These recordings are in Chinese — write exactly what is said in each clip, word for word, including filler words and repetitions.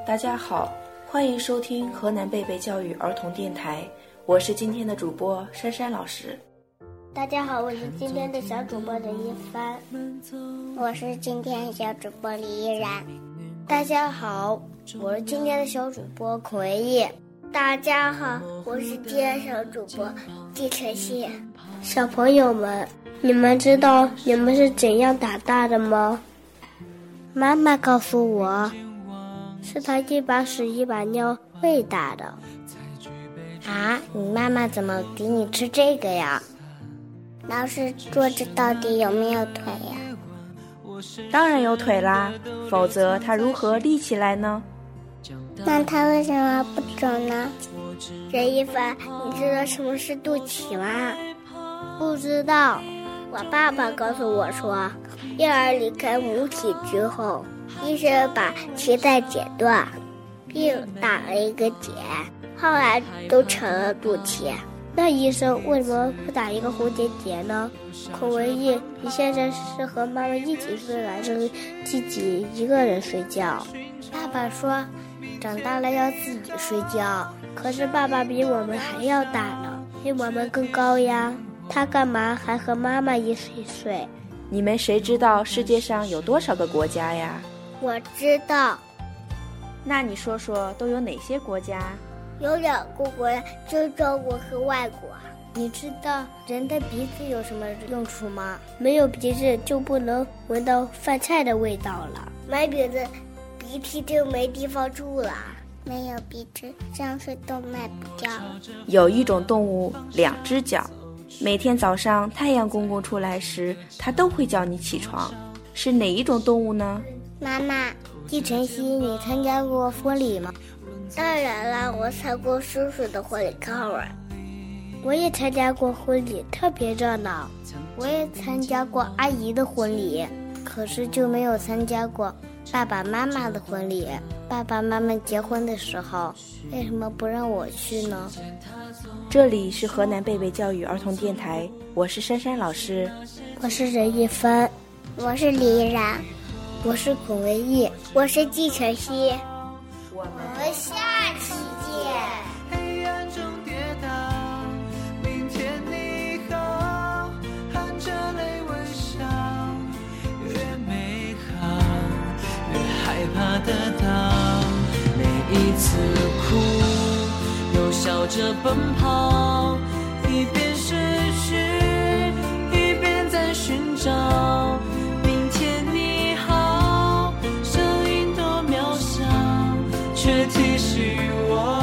大家好，欢迎收听河南贝贝教育儿童电台，我是今天的主播珊珊老师。 大家好，我是今天的小主播任一帆。 我是今天小主播李依然。 大家好，我是今天的小主播孔维义。 大家好，我是今天的小主播季晨曦。 小朋友们，你们知道你们是怎样长大的吗？ 妈妈告诉我， 是她一把屎一把尿喂大的。 啊，你妈妈怎么给你吃这个呀？老师，桌子到底有没有腿呀？ 当然有腿啦，否则它如何立起来呢？ 那它为什么不走呢？ 任一凡，你知道什么是肚脐吗？ 不知道。 我爸爸告诉我说，婴儿离开母体之后，医生把脐带剪断，并打了一个结，后来都成了肚脐。 那医生为什么不打一个蝴蝶结呢？孔维义，你现在是和妈妈一起睡还是自己一个人睡觉？ 爸爸说长大了要自己睡觉。 可是爸爸比我们还要大呢，比我们更高呀，他干嘛还和妈妈一起睡？ 你们谁知道世界上有多少个国家呀？ 我知道。 那你说说都有哪些国家？ 有两个国家，就是中国和外国。 你知道人的鼻子有什么用处吗？ 没有鼻子就不能闻到饭菜的味道了。 没鼻子，鼻涕就没地方住了。 没有鼻子，香水都卖不掉了。 有一种动物两只脚，每天早上太阳公公出来时，它都会叫你起床。是哪一种动物呢？ 妈妈，季晨曦，你参加过婚礼吗？ 当然了，我参过叔叔的婚礼考完。 我也参加过婚礼，特别热闹。 我也参加过阿姨的婚礼，可是就没有参加过爸爸妈妈的婚礼。爸爸妈妈结婚的时候，为什么不让我去呢？ 这里是河南贝贝教育儿童电台，我是珊珊老师。 我是任一帆。 我是李依然。 我是孔维义。 我是季晨曦。 我们下期见。 黑暗中跌倒，明天你好，含着泪微笑，越美好越害怕得到，每一次哭又笑着奔跑，一边失去一边在寻找，明天你好，声音多渺小，却提醒我，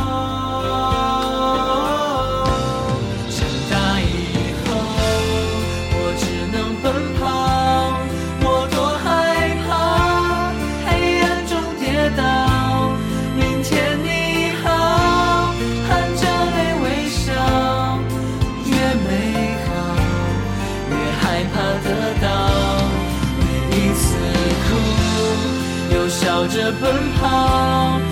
长大以后我只能奔跑，我多害怕黑暗中跌倒，明天你好，含着泪微笑，越美好越害怕得到，每一次哭又笑着奔跑，